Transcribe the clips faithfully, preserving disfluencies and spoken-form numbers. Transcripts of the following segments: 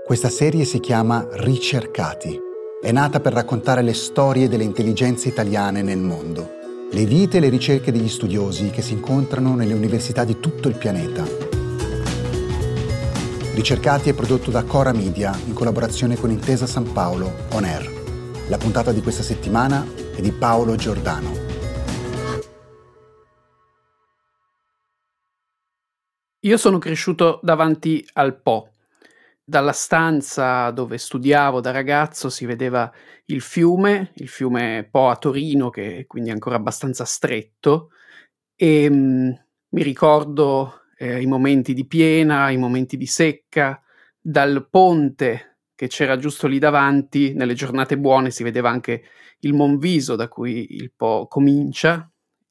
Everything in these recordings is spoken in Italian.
Questa serie si chiama Ricercati. È nata per raccontare le storie delle intelligenze italiane nel mondo, le vite e le ricerche degli studiosi che si incontrano nelle università di tutto il pianeta. Ricercati è prodotto da Cora Media in collaborazione con Intesa San Paolo On Air. La puntata di questa settimana è di Paolo Giordano. Io sono cresciuto davanti al Po. Dalla stanza dove studiavo da ragazzo si vedeva il fiume, il fiume Po a Torino, che è quindi ancora abbastanza stretto, e mh, mi ricordo eh, i momenti di piena, i momenti di secca. Dal ponte che c'era giusto lì davanti, nelle giornate buone si vedeva anche il Monviso da cui il Po comincia,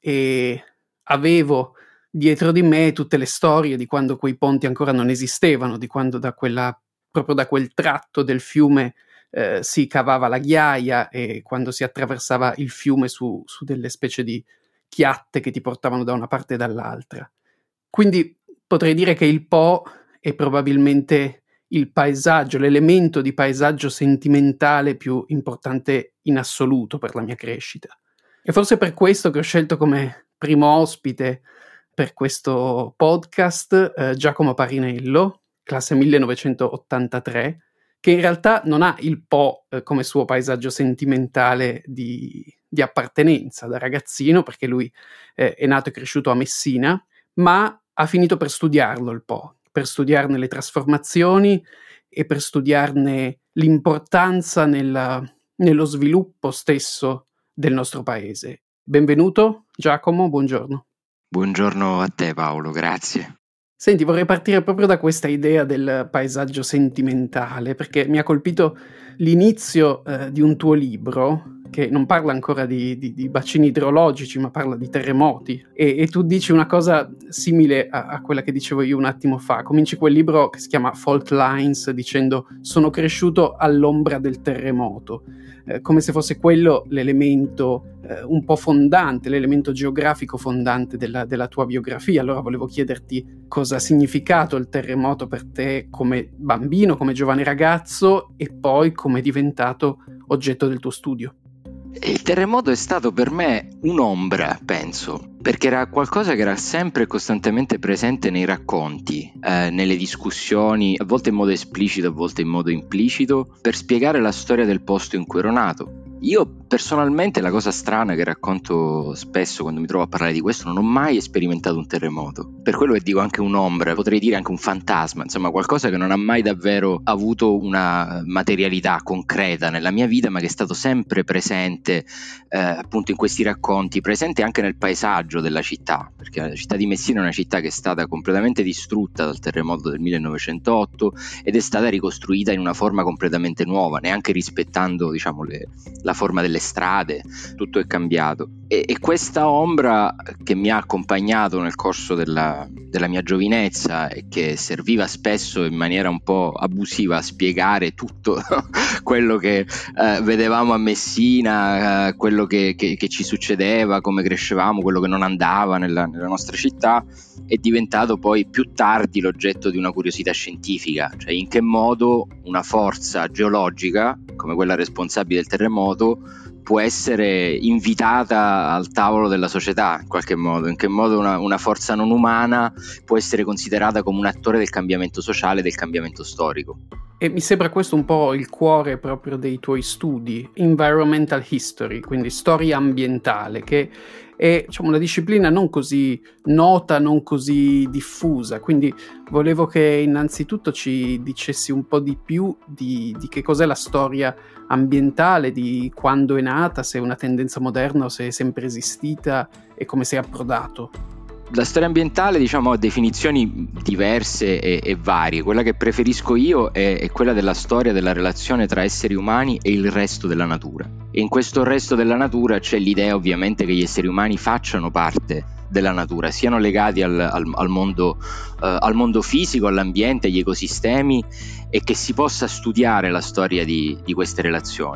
e avevo dietro di me tutte le storie di quando quei ponti ancora non esistevano, di quando da quella, proprio da quel tratto del fiume eh, si cavava la ghiaia, e quando si attraversava il fiume su, su delle specie di chiatte che ti portavano da una parte e dall'altra. Quindi potrei dire che il Po è probabilmente il paesaggio, l'elemento di paesaggio sentimentale più importante in assoluto per la mia crescita. E forse per questo che ho scelto come primo ospite per questo podcast eh, Giacomo Parinello, classe millenovecentottantatré, che in realtà non ha il Po eh, come suo paesaggio sentimentale di, di appartenenza da ragazzino, perché lui eh, è nato e cresciuto a Messina, ma ha finito per studiarlo il Po, per studiarne le trasformazioni e per studiarne l'importanza nella, nello sviluppo stesso del nostro paese. Benvenuto Giacomo, buongiorno. Buongiorno a te Paolo, grazie. Senti, vorrei partire proprio da questa idea del paesaggio sentimentale, perché mi ha colpito l'inizio eh, di un tuo libro che non parla ancora di, di, di bacini idrologici, ma parla di terremoti, e, e tu dici una cosa simile a, a quella che dicevo io un attimo fa. Cominci quel libro che si chiama Fault Lines dicendo «Sono cresciuto all'ombra del terremoto», eh, come se fosse quello l'elemento eh, un po' fondante, l'elemento geografico fondante della, della tua biografia. Allora volevo chiederti cosa ha significato il terremoto per te come bambino, come giovane ragazzo, e poi come è diventato oggetto del tuo studio. Il terremoto è stato per me un'ombra, penso, perché era qualcosa che era sempre e costantemente presente nei racconti, eh, nelle discussioni, a volte in modo esplicito, a volte in modo implicito, per spiegare la storia del posto in cui ero nato. Io personalmente, la cosa strana che racconto spesso quando mi trovo a parlare di questo, non ho mai sperimentato un terremoto. Per quello che dico anche un'ombra, potrei dire anche un fantasma, insomma qualcosa che non ha mai davvero avuto una materialità concreta nella mia vita, ma che è stato sempre presente eh, appunto in questi racconti, presente anche nel paesaggio della città, perché la città di Messina è una città che è stata completamente distrutta dal terremoto del millenovecentotto ed è stata ricostruita in una forma completamente nuova, neanche rispettando, diciamo, le la forma delle strade, tutto è cambiato. E, e questa ombra che mi ha accompagnato nel corso della, della mia giovinezza e che serviva spesso in maniera un po' abusiva a spiegare tutto quello che eh, vedevamo a Messina, eh, quello che, che, che ci succedeva, come crescevamo, quello che non andava nella, nella nostra città, è diventato poi più tardi l'oggetto di una curiosità scientifica, cioè in che modo una forza geologica come quella responsabile del terremoto può essere invitata al tavolo della società in qualche modo, in che modo una, una forza non umana può essere considerata come un attore del cambiamento sociale, del cambiamento storico. E mi sembra questo un po' il cuore proprio dei tuoi studi, environmental history, quindi storia ambientale, che è, diciamo, una disciplina non così nota, non così diffusa, quindi volevo che innanzitutto ci dicessi un po' di più di, di che cos'è la storia ambientale, di quando è nata, se è una tendenza moderna o se è sempre esistita e come sei approdato. La storia ambientale, diciamo, ha definizioni diverse e, e varie. Quella che preferisco io è, è quella della storia della relazione tra esseri umani e il resto della natura. E in questo resto della natura c'è l'idea ovviamente che gli esseri umani facciano parte della natura, siano legati al, al, al, mondo, uh, al mondo fisico, all'ambiente, agli ecosistemi, e che si possa studiare la storia di, di queste relazioni.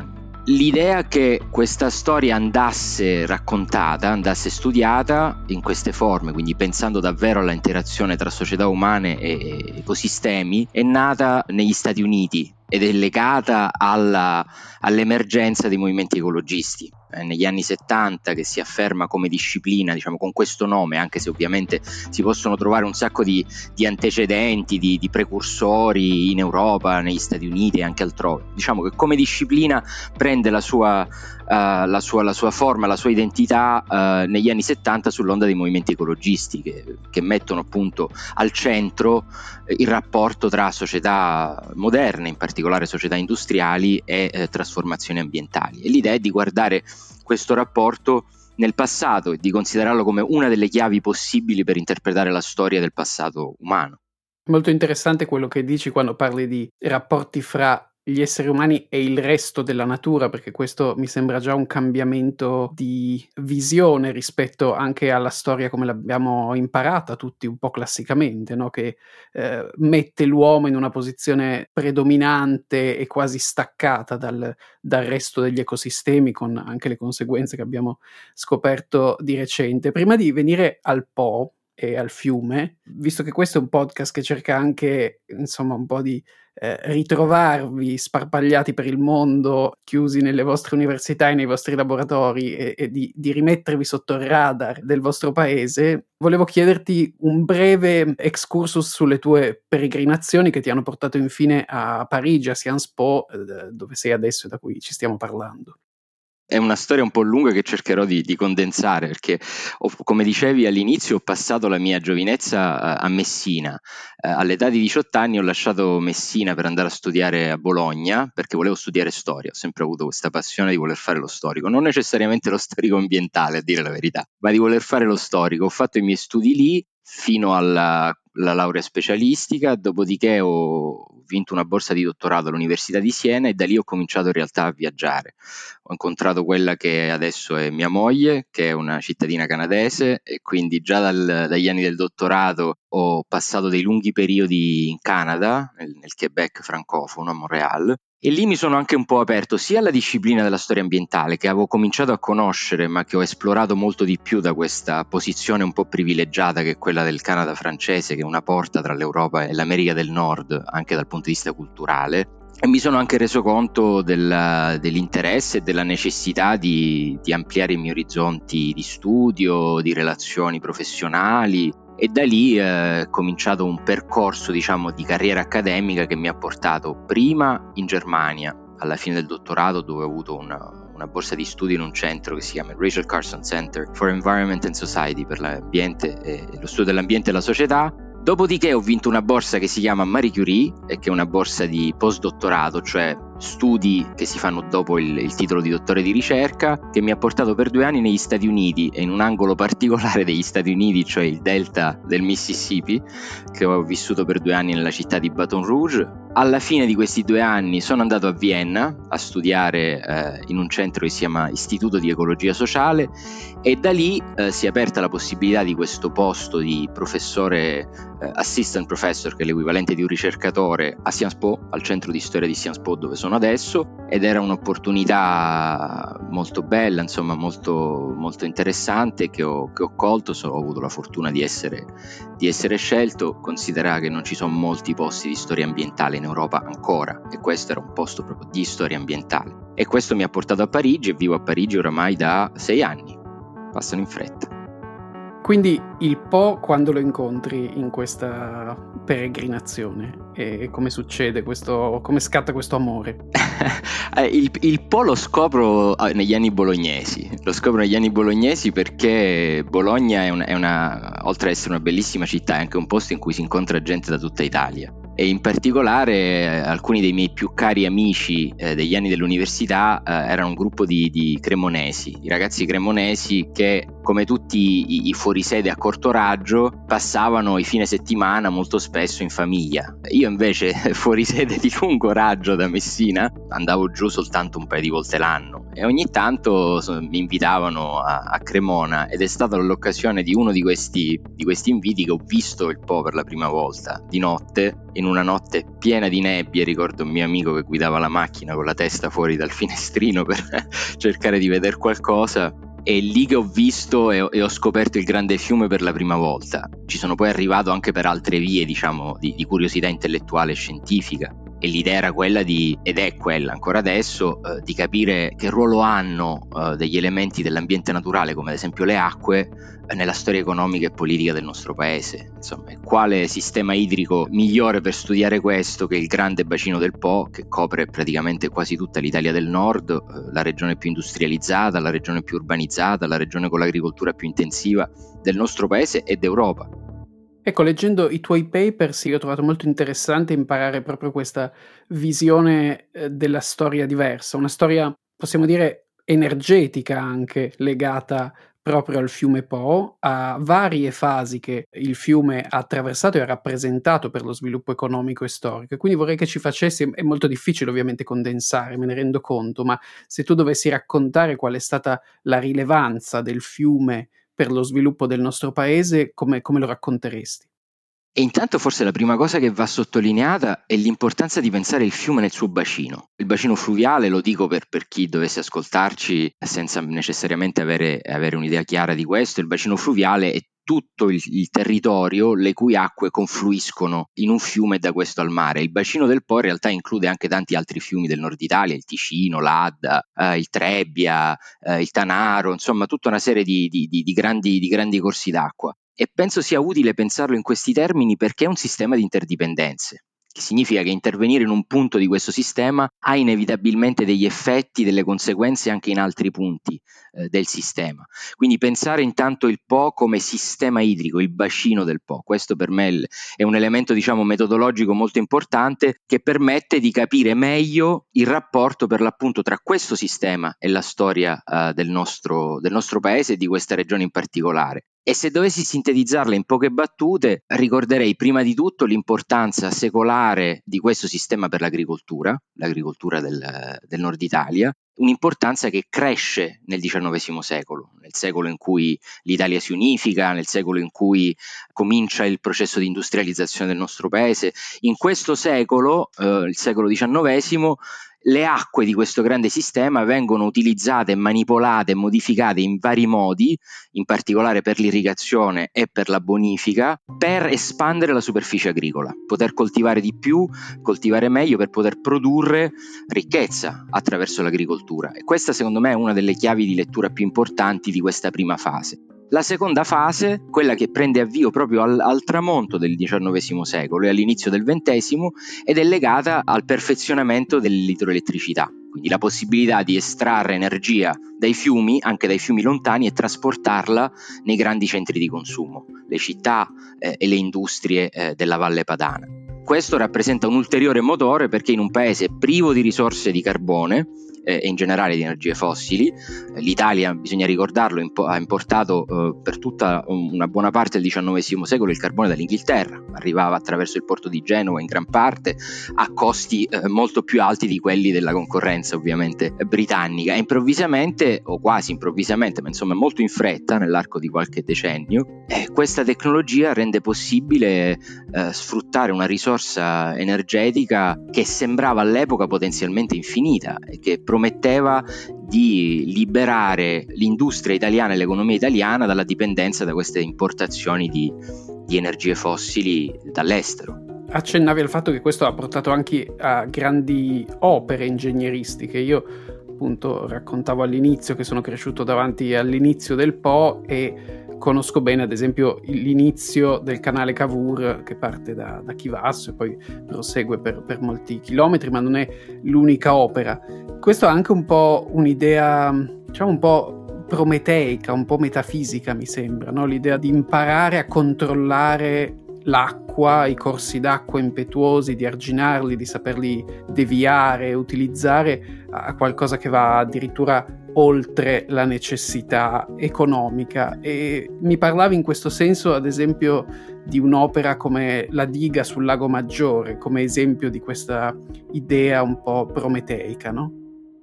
L'idea che questa storia andasse raccontata, andasse studiata in queste forme, quindi pensando davvero alla interazione tra società umane e ecosistemi, è nata negli Stati Uniti ed è legata alla, all'emergenza dei movimenti ecologisti. Eh, negli anni settanta, che si afferma come disciplina, diciamo con questo nome, anche se ovviamente si possono trovare un sacco di, di antecedenti, di, di precursori in Europa, negli Stati Uniti e anche altrove. Diciamo che come disciplina prende la sua, uh, la sua, la sua forma, la sua identità uh, negli anni settanta sull'onda dei movimenti ecologisti che, che mettono appunto al centro il rapporto tra società moderne, in particolare società industriali e eh, trasformazioni ambientali. E l'idea è di guardare questo rapporto nel passato e di considerarlo come una delle chiavi possibili per interpretare la storia del passato umano. Molto interessante quello che dici quando parli di rapporti fra gli esseri umani e il resto della natura, perché questo mi sembra già un cambiamento di visione rispetto anche alla storia come l'abbiamo imparata tutti un po' classicamente, no? Che eh, mette l'uomo in una posizione predominante e quasi staccata dal, dal resto degli ecosistemi, con anche le conseguenze che abbiamo scoperto di recente. Prima di venire al Po e al fiume, visto che questo è un podcast che cerca anche, insomma, un po' di eh, ritrovarvi sparpagliati per il mondo, chiusi nelle vostre università e nei vostri laboratori, e, e di, di rimettervi sotto il radar del vostro paese, volevo chiederti un breve excursus sulle tue peregrinazioni che ti hanno portato infine a Parigi, a Sciences Po, eh, dove sei adesso e da cui ci stiamo parlando. È una storia un po' lunga che cercherò di, di condensare, perché ho, come dicevi all'inizio, ho passato la mia giovinezza a, a Messina. Eh, all'età di diciotto anni ho lasciato Messina per andare a studiare a Bologna, perché volevo studiare storia. Ho sempre avuto questa passione di voler fare lo storico, non necessariamente lo storico ambientale, a dire la verità, ma di voler fare lo storico. Ho fatto i miei studi lì fino alla la laurea specialistica, dopodiché ho vinto una borsa di dottorato all'Università di Siena e da lì ho cominciato in realtà a viaggiare. Ho incontrato quella che adesso è mia moglie, che è una cittadina canadese, e quindi già dal, dagli anni del dottorato ho passato dei lunghi periodi in Canada, nel, nel Quebec francofono, a Montréal. E lì mi sono anche un po' aperto sia alla disciplina della storia ambientale, che avevo cominciato a conoscere, ma che ho esplorato molto di più da questa posizione un po' privilegiata che è quella del Canada francese, che è una porta tra l'Europa e l'America del Nord, anche dal punto di vista culturale. E mi sono anche reso conto della, dell'interesse e della necessità di, di ampliare i miei orizzonti di studio, di relazioni professionali. E da lì eh, è cominciato un percorso, diciamo, di carriera accademica che mi ha portato prima in Germania, alla fine del dottorato, dove ho avuto una, una borsa di studio in un centro che si chiama Rachel Carson Center for Environment and Society, per l'ambiente e lo studio dell'ambiente e la società. Dopodiché ho vinto una borsa che si chiama Marie Curie, e che è una borsa di postdottorato, cioè studi che si fanno dopo il, il titolo di dottore di ricerca, che mi ha portato per due anni negli Stati Uniti, e in un angolo particolare degli Stati Uniti, cioè il delta del Mississippi, che ho vissuto per due anni nella città di Baton Rouge. Alla fine di questi due anni sono andato a Vienna a studiare eh, in un centro che si chiama Istituto di Ecologia Sociale, e da lì eh, si è aperta la possibilità di questo posto di professore eh, assistant professor, che è l'equivalente di un ricercatore, a Sciences Po, al centro di storia di Sciences Po dove sono adesso, ed era un'opportunità molto bella, insomma molto, molto interessante, che ho, che ho colto. So, ho avuto la fortuna di essere, di essere scelto. Considera che non ci sono molti posti di storia ambientale in Europa ancora, e questo era un posto proprio di storia ambientale, e questo mi ha portato a Parigi, e vivo a Parigi oramai da sei anni. Passano in fretta. Quindi il Po, quando lo incontri in questa peregrinazione, e come succede questo, come scatta questo amore? il, il Po lo scopro negli anni bolognesi, lo scopro negli anni bolognesi perché Bologna è una, è una, oltre ad essere una bellissima città, è anche un posto in cui si incontra gente da tutta Italia. E in particolare alcuni dei miei più cari amici eh, degli anni dell'università eh, erano un gruppo di, di cremonesi, i ragazzi cremonesi che, come tutti i, i fuorisede a corto raggio, passavano i fine settimana molto spesso in famiglia. Io invece, fuorisede di lungo raggio da Messina, andavo giù soltanto un paio di volte l'anno, e ogni tanto so, mi invitavano a, a Cremona, ed è stata l'occasione di uno di questi, di questi inviti che ho visto il Po per la prima volta di notte in in una notte piena di nebbie. Ricordo un mio amico che guidava la macchina con la testa fuori dal finestrino per cercare di vedere qualcosa. È lì che ho visto e ho, e ho scoperto il grande fiume per la prima volta. Ci sono poi arrivato anche per altre vie, diciamo, di, di curiosità intellettuale e scientifica. E l'idea era quella di, ed è quella ancora adesso, eh, di capire che ruolo hanno eh, degli elementi dell'ambiente naturale, come ad esempio le acque, eh, nella storia economica e politica del nostro paese. Insomma, quale sistema idrico migliore per studiare questo che il grande bacino del Po, che copre praticamente quasi tutta l'Italia del Nord, eh, la regione più industrializzata, la regione più urbanizzata, la regione con l'agricoltura più intensiva del nostro paese e d'Europa. Ecco, leggendo i tuoi papers io ho trovato molto interessante imparare proprio questa visione eh, della storia diversa, una storia, possiamo dire, energetica anche, legata proprio al fiume Po, a varie fasi che il fiume ha attraversato e ha rappresentato per lo sviluppo economico e storico. E quindi vorrei che ci facessi, è molto difficile ovviamente condensare, me ne rendo conto, ma se tu dovessi raccontare qual è stata la rilevanza del fiume per lo sviluppo del nostro paese, come, come lo racconteresti? E intanto forse la prima cosa che va sottolineata è l'importanza di pensare il fiume nel suo bacino. Il bacino fluviale, lo dico per, per chi dovesse ascoltarci senza necessariamente avere, avere un'idea chiara di questo, il bacino fluviale è tutto il, il territorio le cui acque confluiscono in un fiume e da questo al mare. Il bacino del Po in realtà include anche tanti altri fiumi del nord Italia, il Ticino, l'Adda, eh, il Trebbia, eh, il Tanaro, insomma tutta una serie di, di, di, di, grandi, di grandi corsi d'acqua. E penso sia utile pensarlo in questi termini perché è un sistema di interdipendenze, che significa che intervenire in un punto di questo sistema ha inevitabilmente degli effetti, delle conseguenze anche in altri punti eh, del sistema. Quindi pensare intanto il Po come sistema idrico, il bacino del Po, questo per me è un elemento, diciamo, metodologico molto importante che permette di capire meglio il rapporto per l'appunto tra questo sistema e la storia eh, del nostro, del nostro paese e di questa regione in particolare. E se dovessi sintetizzarla in poche battute, ricorderei prima di tutto l'importanza secolare di questo sistema per l'agricoltura, l'agricoltura del, del nord Italia, un'importanza che cresce nel diciannovesimo secolo, nel secolo in cui l'Italia si unifica, nel secolo in cui comincia il processo di industrializzazione del nostro paese. In questo secolo, eh, il secolo diciannovesimo, le acque di questo grande sistema vengono utilizzate, manipolate e modificate in vari modi, in particolare per l'irrigazione e per la bonifica, per espandere la superficie agricola, poter coltivare di più, coltivare meglio per poter produrre ricchezza attraverso l'agricoltura. E questa secondo me è una delle chiavi di lettura più importanti di questa prima fase. La seconda fase, quella che prende avvio proprio al, al tramonto del diciannovesimo secolo e all'inizio del ventesimo, ed è legata al perfezionamento dell'idroelettricità, quindi la possibilità di estrarre energia dai fiumi, anche dai fiumi lontani, e trasportarla nei grandi centri di consumo, le città eh, e le industrie eh, della Valle Padana. Questo rappresenta un ulteriore motore perché in un paese privo di risorse di carbone e in generale di energie fossili, l'Italia, bisogna ricordarlo, impo- ha importato eh, per tutta una buona parte del diciannovesimo secolo il carbone dall'Inghilterra, arrivava attraverso il porto di Genova in gran parte a costi eh, molto più alti di quelli della concorrenza ovviamente britannica. E improvvisamente, o quasi improvvisamente, ma insomma molto in fretta nell'arco di qualche decennio, eh, questa tecnologia rende possibile eh, sfruttare una risorsa energetica che sembrava all'epoca potenzialmente infinita e che prometteva di liberare l'industria italiana e l'economia italiana dalla dipendenza da queste importazioni di, di energie fossili dall'estero. Accennavi al fatto che questo ha portato anche a grandi opere ingegneristiche. Io appunto raccontavo all'inizio che sono cresciuto davanti all'inizio del Po e conosco bene ad esempio l'inizio del canale Cavour che parte da, da Chivasso e poi prosegue per, per molti chilometri, ma non è l'unica opera. Questo ha anche un po' un'idea, diciamo un po' prometeica, un po' metafisica mi sembra, no? L'idea di imparare a controllare l'acqua, i corsi d'acqua impetuosi, di arginarli, di saperli deviare, utilizzare a qualcosa che va addirittura oltre la necessità economica. E mi parlavi in questo senso ad esempio di un'opera come la diga sul Lago Maggiore, come esempio di questa idea un po' prometeica, no?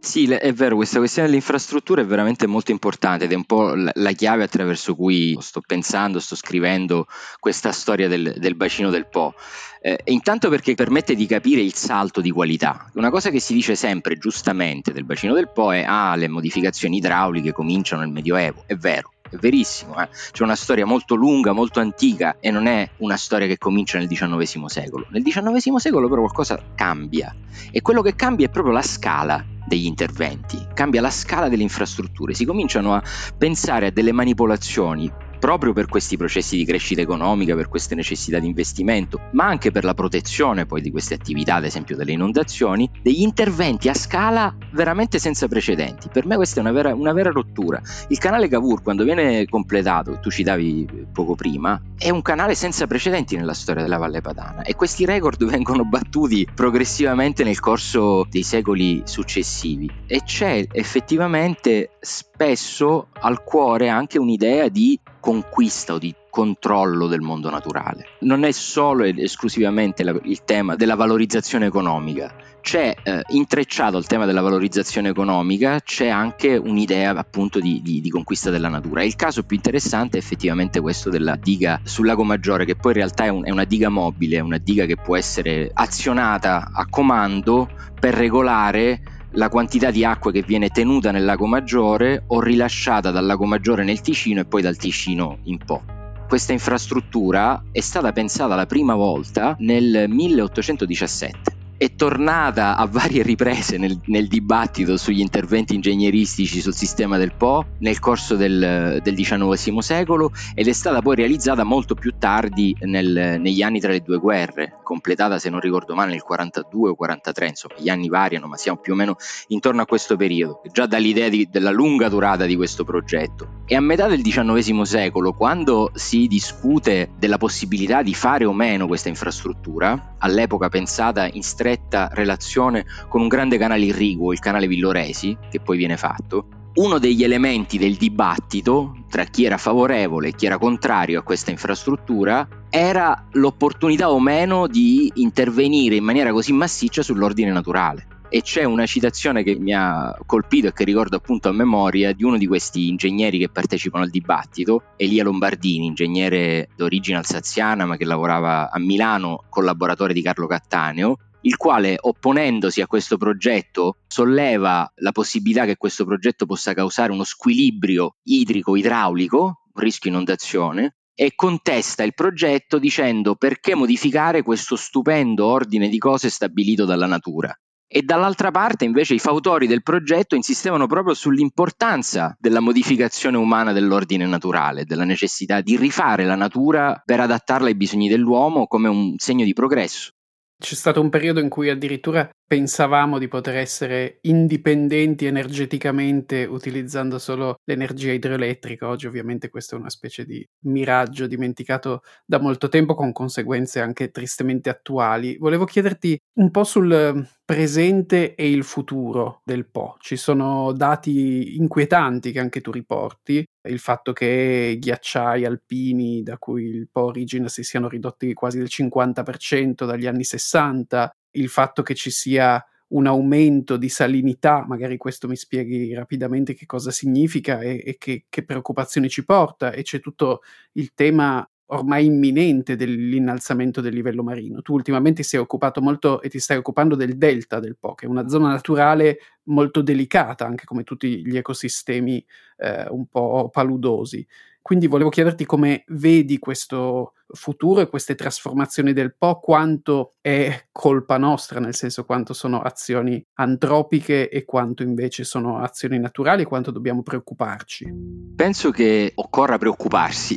Sì, è vero, questa questione dell'infrastruttura è veramente molto importante ed è un po' la chiave attraverso cui sto pensando, sto scrivendo questa storia del, del bacino del Po. Eh, intanto perché permette di capire il salto di qualità. Una cosa che si dice sempre, giustamente, del bacino del Po è ah, le modificazioni idrauliche cominciano nel Medioevo. È vero. È verissimo, eh? C'è una storia molto lunga, molto antica e non è una storia che comincia nel diciannovesimo secolo. Nel diciannovesimo secolo però qualcosa cambia e quello che cambia è proprio la scala degli interventi, cambia la scala delle infrastrutture, si cominciano a pensare a delle manipolazioni proprio per questi processi di crescita economica, per queste necessità di investimento, ma anche per la protezione poi di queste attività, ad esempio delle inondazioni, degli interventi a scala veramente senza precedenti. Per me questa è una vera, una vera rottura. Il canale Cavour, quando viene completato, tu citavi poco prima, è un canale senza precedenti nella storia della Valle Padana e questi record vengono battuti progressivamente nel corso dei secoli successivi e c'è effettivamente spesso al cuore anche un'idea di conquista o di controllo del mondo naturale. Non è solo ed esclusivamente la, il tema della valorizzazione economica, c'è eh, intrecciato al tema della valorizzazione economica, c'è anche un'idea appunto di, di, di conquista della natura. E il caso più interessante è effettivamente questo della diga sul Lago Maggiore, che poi in realtà è, un, è una diga mobile, è una diga che può essere azionata a comando per regolare la quantità di acqua che viene tenuta nel Lago Maggiore o rilasciata dal Lago Maggiore nel Ticino e poi dal Ticino in Po. Questa infrastruttura è stata pensata la prima volta nel milleottocentodiciassette. È tornata a varie riprese nel, nel dibattito sugli interventi ingegneristici sul sistema del Po nel corso del, del diciannovesimo secolo ed è stata poi realizzata molto più tardi nel, negli anni tra le due guerre, completata se non ricordo male nel quarantadue o quarantatré, insomma gli anni variano ma siamo più o meno intorno a questo periodo, già dall'idea di, della lunga durata di questo progetto. E a metà del diciannovesimo secolo, quando si discute della possibilità di fare o meno questa infrastruttura, all'epoca pensata in stretta relazione con un grande canale irriguo, il canale Villoresi, che poi viene fatto, uno degli elementi del dibattito tra chi era favorevole e chi era contrario a questa infrastruttura era l'opportunità o meno di intervenire in maniera così massiccia sull'ordine naturale. E c'è una citazione che mi ha colpito e che ricordo appunto a memoria di uno di questi ingegneri che partecipano al dibattito, Elia Lombardini, ingegnere d'origine alsaziana ma che lavorava a Milano, collaboratore di Carlo Cattaneo, il quale, opponendosi a questo progetto, solleva la possibilità che questo progetto possa causare uno squilibrio idrico-idraulico, un rischio inondazione, e contesta il progetto dicendo perché modificare questo stupendo ordine di cose stabilito dalla natura. E dall'altra parte invece i fautori del progetto insistevano proprio sull'importanza della modificazione umana dell'ordine naturale, della necessità di rifare la natura per adattarla ai bisogni dell'uomo come un segno di progresso. C'è stato un periodo in cui addirittura pensavamo di poter essere indipendenti energeticamente utilizzando solo l'energia idroelettrica. Oggi ovviamente questo è una specie di miraggio dimenticato da molto tempo con conseguenze anche tristemente attuali. Volevo chiederti un po' sul presente e il futuro del Po. Ci sono dati inquietanti che anche tu riporti, il fatto che ghiacciai alpini da cui il Po origina si siano ridotti quasi del cinquanta per cento dagli anni sessanta, il fatto che ci sia un aumento di salinità, magari questo mi spieghi rapidamente che cosa significa e, e che, che preoccupazioni ci porta, e c'è tutto il tema ormai imminente dell'innalzamento del livello marino. Tu ultimamente ti sei occupato molto e ti stai occupando del delta del Po, che è una zona naturale molto delicata, anche come tutti gli ecosistemi eh, un po' paludosi. Quindi volevo chiederti come vedi questo futuro e queste trasformazioni del Po, quanto è colpa nostra, nel senso quanto sono azioni antropiche e quanto invece sono azioni naturali e quanto dobbiamo preoccuparci. Penso che occorra preoccuparsi,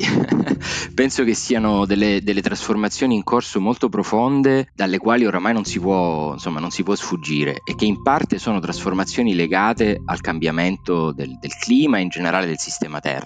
penso che siano delle, delle trasformazioni in corso molto profonde dalle quali oramai non si può, insomma, non si può sfuggire e che in parte sono trasformazioni legate al cambiamento del, del clima e in generale del sistema Terra.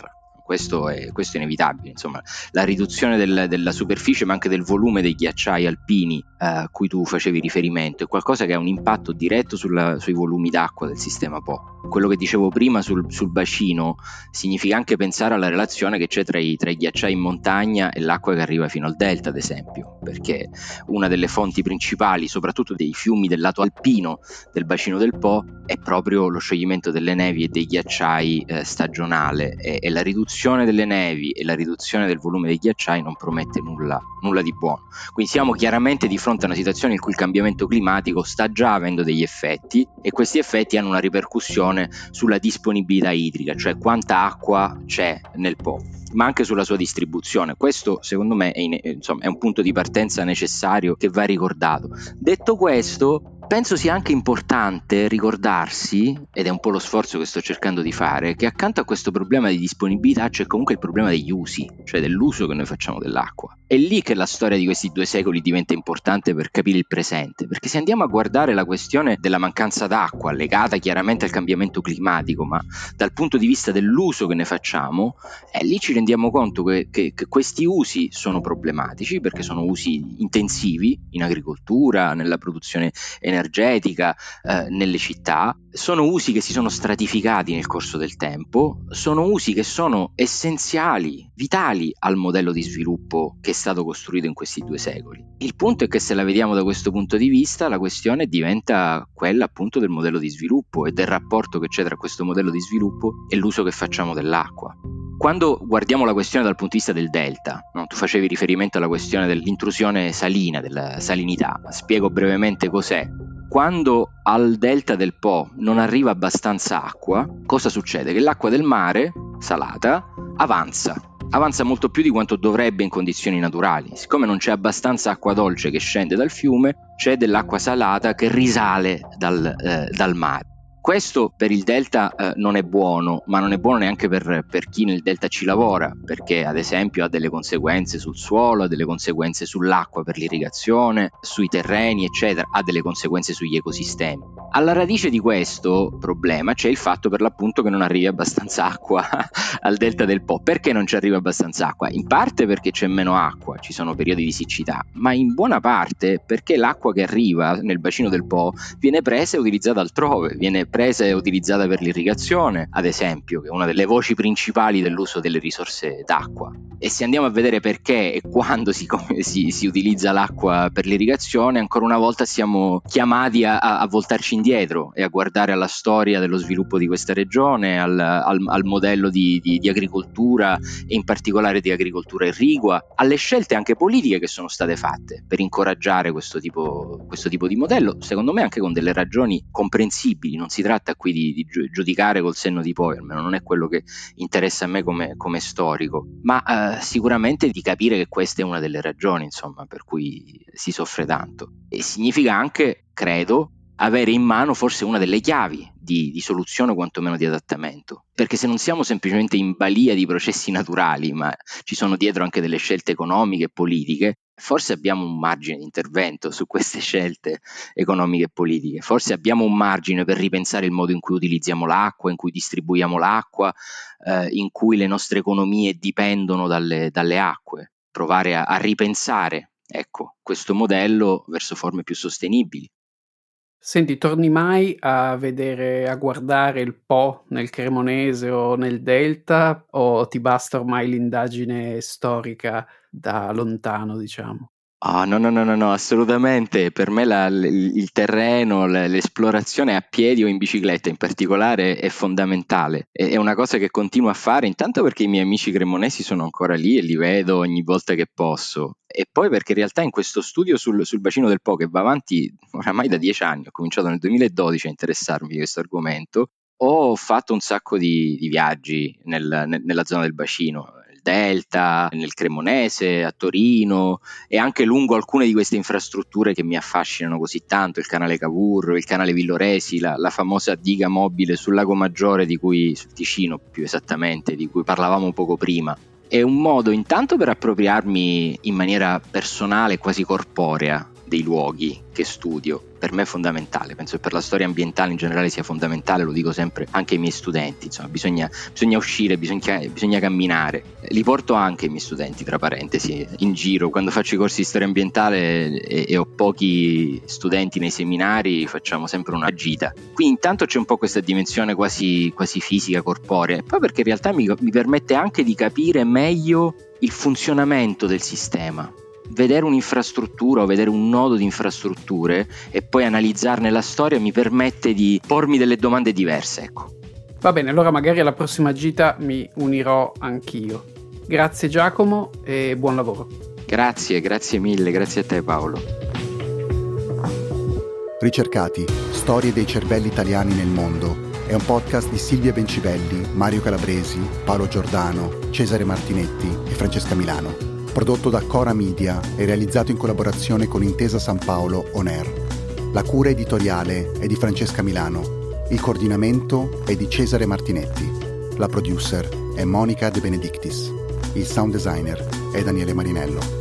questo è, questo è inevitabile. Insomma, la riduzione del, della superficie ma anche del volume dei ghiacciai alpini a cui tu facevi riferimento è qualcosa che ha un impatto diretto sulla, sui volumi d'acqua del sistema Po. Quello che dicevo prima sul, sul bacino significa anche pensare alla relazione che c'è tra i, tra i ghiacciai in montagna e l'acqua che arriva fino al delta, ad esempio, perché una delle fonti principali, soprattutto dei fiumi del lato alpino del bacino del Po, è proprio lo scioglimento delle nevi e dei ghiacciai eh, stagionale, e, e la riduzione delle nevi e la riduzione del volume dei ghiacciai non promette nulla, nulla di buono. Quindi siamo chiaramente di fronte a una situazione in cui il cambiamento climatico sta già avendo degli effetti, e questi effetti hanno una ripercussione sulla disponibilità idrica, cioè quanta acqua c'è nel Po, ma anche sulla sua distribuzione. Questo secondo me è, in, insomma, è un punto di partenza necessario che va ricordato. Detto questo, penso sia anche importante ricordarsi, ed è un po' lo sforzo che sto cercando di fare, che accanto a questo problema di disponibilità c'è comunque il problema degli usi, cioè dell'uso che noi facciamo dell'acqua. È lì che la storia di questi due secoli diventa importante per capire il presente, perché se andiamo a guardare la questione della mancanza d'acqua, legata chiaramente al cambiamento climatico, ma dal punto di vista dell'uso che ne facciamo, eh, lì ci rendiamo conto che, che, che questi usi sono problematici, perché sono usi intensivi in agricoltura, nella produzione energetica, eh, nelle città, sono usi che si sono stratificati nel corso del tempo, sono usi che sono essenziali, vitali al modello di sviluppo che è stato costruito in questi due secoli. Il punto è che se la vediamo da questo punto di vista, la questione diventa quella appunto del modello di sviluppo e del rapporto che c'è tra questo modello di sviluppo e l'uso che facciamo dell'acqua. Quando guardiamo la questione dal punto di vista del delta, no? Tu facevi riferimento alla questione dell'intrusione salina, della salinità. Spiego brevemente cos'è. Quando al delta del Po non arriva abbastanza acqua, cosa succede? Che l'acqua del mare, salata, avanza. Avanza molto più di quanto dovrebbe in condizioni naturali. Siccome non c'è abbastanza acqua dolce che scende dal fiume, c'è dell'acqua salata che risale dal, eh, dal mare. Questo per il delta eh, non è buono, ma non è buono neanche per, per chi nel delta ci lavora, perché ad esempio ha delle conseguenze sul suolo, ha delle conseguenze sull'acqua per l'irrigazione, sui terreni, eccetera, ha delle conseguenze sugli ecosistemi. Alla radice di questo problema c'è il fatto per l'appunto che non arrivi abbastanza acqua al delta del Po. Perché non ci arriva abbastanza acqua? In parte perché c'è meno acqua, ci sono periodi di siccità, ma in buona parte perché l'acqua che arriva nel bacino del Po viene presa e utilizzata altrove, viene presa e utilizzata per l'irrigazione, ad esempio, che è una delle voci principali dell'uso delle risorse d'acqua. E se andiamo a vedere perché e quando si, si, si utilizza l'acqua per l'irrigazione, ancora una volta siamo chiamati a, a voltarci indietro e a guardare alla storia dello sviluppo di questa regione, al, al, al modello di, di, di agricoltura e in particolare di agricoltura irrigua, alle scelte anche politiche che sono state fatte per incoraggiare questo tipo, questo tipo di modello, secondo me anche con delle ragioni comprensibili. Non si tratta qui di, di giudicare col senno di poi, almeno non è quello che interessa a me come, come storico, ma eh, sicuramente di capire che questa è una delle ragioni, insomma, per cui si soffre tanto. E significa anche, credo, avere in mano forse una delle chiavi di, di soluzione o quantomeno di adattamento, perché se non siamo semplicemente in balia di processi naturali, ma ci sono dietro anche delle scelte economiche e politiche, forse abbiamo un margine di intervento su queste scelte economiche e politiche, forse abbiamo un margine per ripensare il modo in cui utilizziamo l'acqua, in cui distribuiamo l'acqua, eh, in cui le nostre economie dipendono dalle, dalle acque, provare a, a ripensare, ecco, questo modello verso forme più sostenibili. Senti, torni mai a vedere, a guardare il Po nel Cremonese o nel Delta, o ti basta ormai l'indagine storica da lontano, diciamo? Ah, no, no, no, no, no, assolutamente. Per me la- l- il terreno, l- l'esplorazione a piedi o in bicicletta in particolare è fondamentale. È è una cosa che continuo a fare, intanto perché i miei amici cremonesi sono ancora lì e li vedo ogni volta che posso. E poi perché in realtà in questo studio sul, sul bacino del Po, che va avanti oramai da dieci anni, ho cominciato nel duemiladodici a interessarmi di questo argomento, ho fatto un sacco di, di viaggi nel- nel- nella zona del bacino, nel Delta, nel Cremonese, a Torino, e anche lungo alcune di queste infrastrutture che mi affascinano così tanto, il canale Cavour, il canale Villoresi, la, la famosa diga mobile sul Lago Maggiore, di cui, sul Ticino più esattamente, di cui parlavamo poco prima. È un modo intanto per appropriarmi in maniera personale, quasi corporea, dei luoghi che studio per me è fondamentale, penso che per la storia ambientale in generale sia fondamentale, lo dico sempre anche ai miei studenti, insomma bisogna, bisogna uscire, bisogna, bisogna camminare, li porto anche i miei studenti tra parentesi in giro, quando faccio i corsi di storia ambientale e, e ho pochi studenti nei seminari facciamo sempre una gita, qui intanto c'è un po' questa dimensione quasi, quasi fisica, corporea, e poi perché in realtà mi, mi permette anche di capire meglio il funzionamento del sistema. Vedere un'infrastruttura o vedere un nodo di infrastrutture e poi analizzarne la storia mi permette di pormi delle domande diverse, ecco. Va bene, allora magari alla prossima gita mi unirò anch'io. Grazie Giacomo e buon lavoro. Grazie, grazie mille, grazie a te Paolo. Ricercati, storie dei cervelli italiani nel mondo è un podcast di Silvia Bencivelli, Mario Calabresi, Paolo Giordano, Cesare Martinetti e Francesca Milano. Prodotto da Cora Media e realizzato in collaborazione con Intesa San Paolo On Air. La cura editoriale è di Francesca Milano, il coordinamento è di Cesare Martinetti, la producer è Monica De Benedictis, il sound designer è Daniele Marinello.